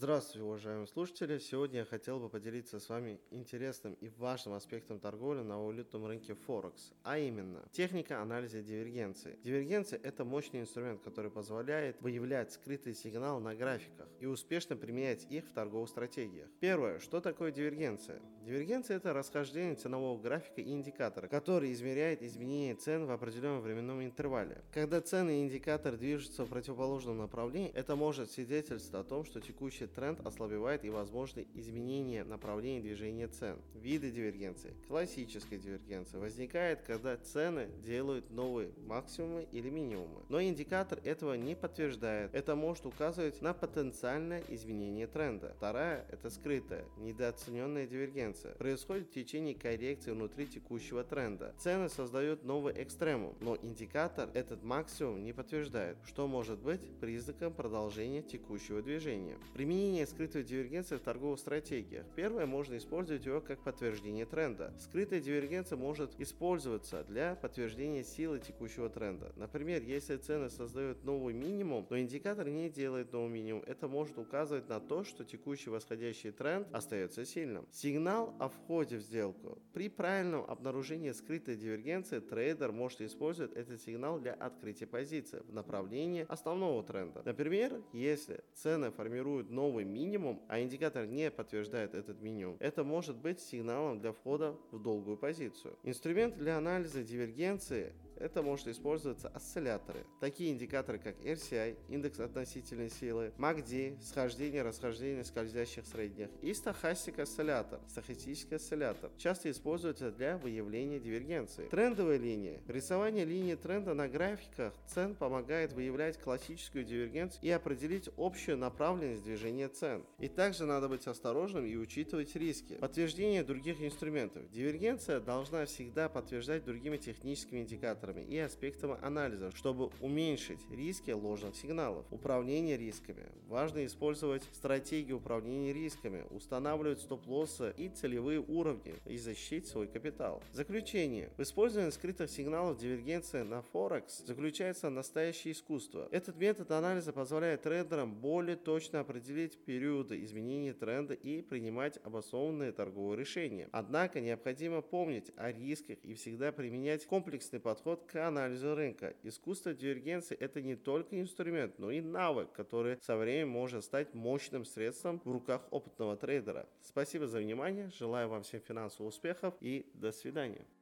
Здравствуйте, уважаемые слушатели! Сегодня я хотел бы поделиться с вами интересным и важным аспектом торговли на валютном рынке Форекс, а именно техника анализа дивергенции. Дивергенция – это мощный инструмент, который позволяет выявлять скрытый сигнал на графиках и успешно применять их в торговых стратегиях. Первое. Что такое дивергенция? Дивергенция – это расхождение ценового графика и индикатора, который измеряет изменение цен в определенном временном интервале. Когда цены и индикатор движутся в противоположном направлении, это может свидетельствовать о том, что текущий тренд ослабевает и возможны изменения направления движения цен. Виды дивергенции. Классическая дивергенция возникает, когда цены делают новые максимумы или минимумы, но индикатор этого не подтверждает. Это может указывать на потенциальное изменение тренда. Вторая – это скрытая, недооцененная дивергенция. Происходит в течение коррекции внутри текущего тренда. Цены создают новый экстремум, но индикатор этот максимум не подтверждает, что может быть признаком продолжения текущего движения. Применение скрытой дивергенции в торговых стратегиях. Первое, можно использовать его как подтверждение тренда. Скрытая дивергенция может использоваться для подтверждения силы текущего тренда. Например, если цены создают новый минимум, но индикатор не делает новый минимум, это может указывать на то, что текущий восходящий тренд остается сильным. Сигнал о входе в сделку. При правильном обнаружении скрытой дивергенции трейдер может использовать этот сигнал для открытия позиции в направлении основного тренда. Например, если цены формируют новый минимум, а индикатор не подтверждает этот минимум, это может быть сигналом для входа в долгую позицию. Инструмент для анализа дивергенции – это может использоваться осцилляторы. Такие индикаторы, как RCI, индекс относительной силы, MACD, схождение, расхождение скользящих средних, и стохастический осциллятор, часто используются для выявления дивергенции. Трендовые линии. Рисование линии тренда на графиках цен помогает выявлять классическую дивергенцию и определить общую направленность движения цен. И также надо быть осторожным и учитывать риски. Подтверждение других инструментов. Дивергенция должна всегда подтверждать другими техническими индикаторами и аспектами анализа, чтобы уменьшить риски ложных сигналов. Управление рисками. Важно использовать стратегию управления рисками, устанавливать стоп-лоссы и целевые уровни и защитить свой капитал. Заключение. В использовании скрытых сигналов дивергенции на Форекс заключается настоящее искусство. Этот метод анализа позволяет трейдерам более точно определить периоды изменения тренда и принимать обоснованные торговые решения. Однако необходимо помнить о рисках и всегда применять комплексный подход к анализу рынка. Искусство дивергенции – это не только инструмент, но и навык, который со временем может стать мощным средством в руках опытного трейдера. Спасибо за внимание, желаю вам всем финансовых успехов и до свидания.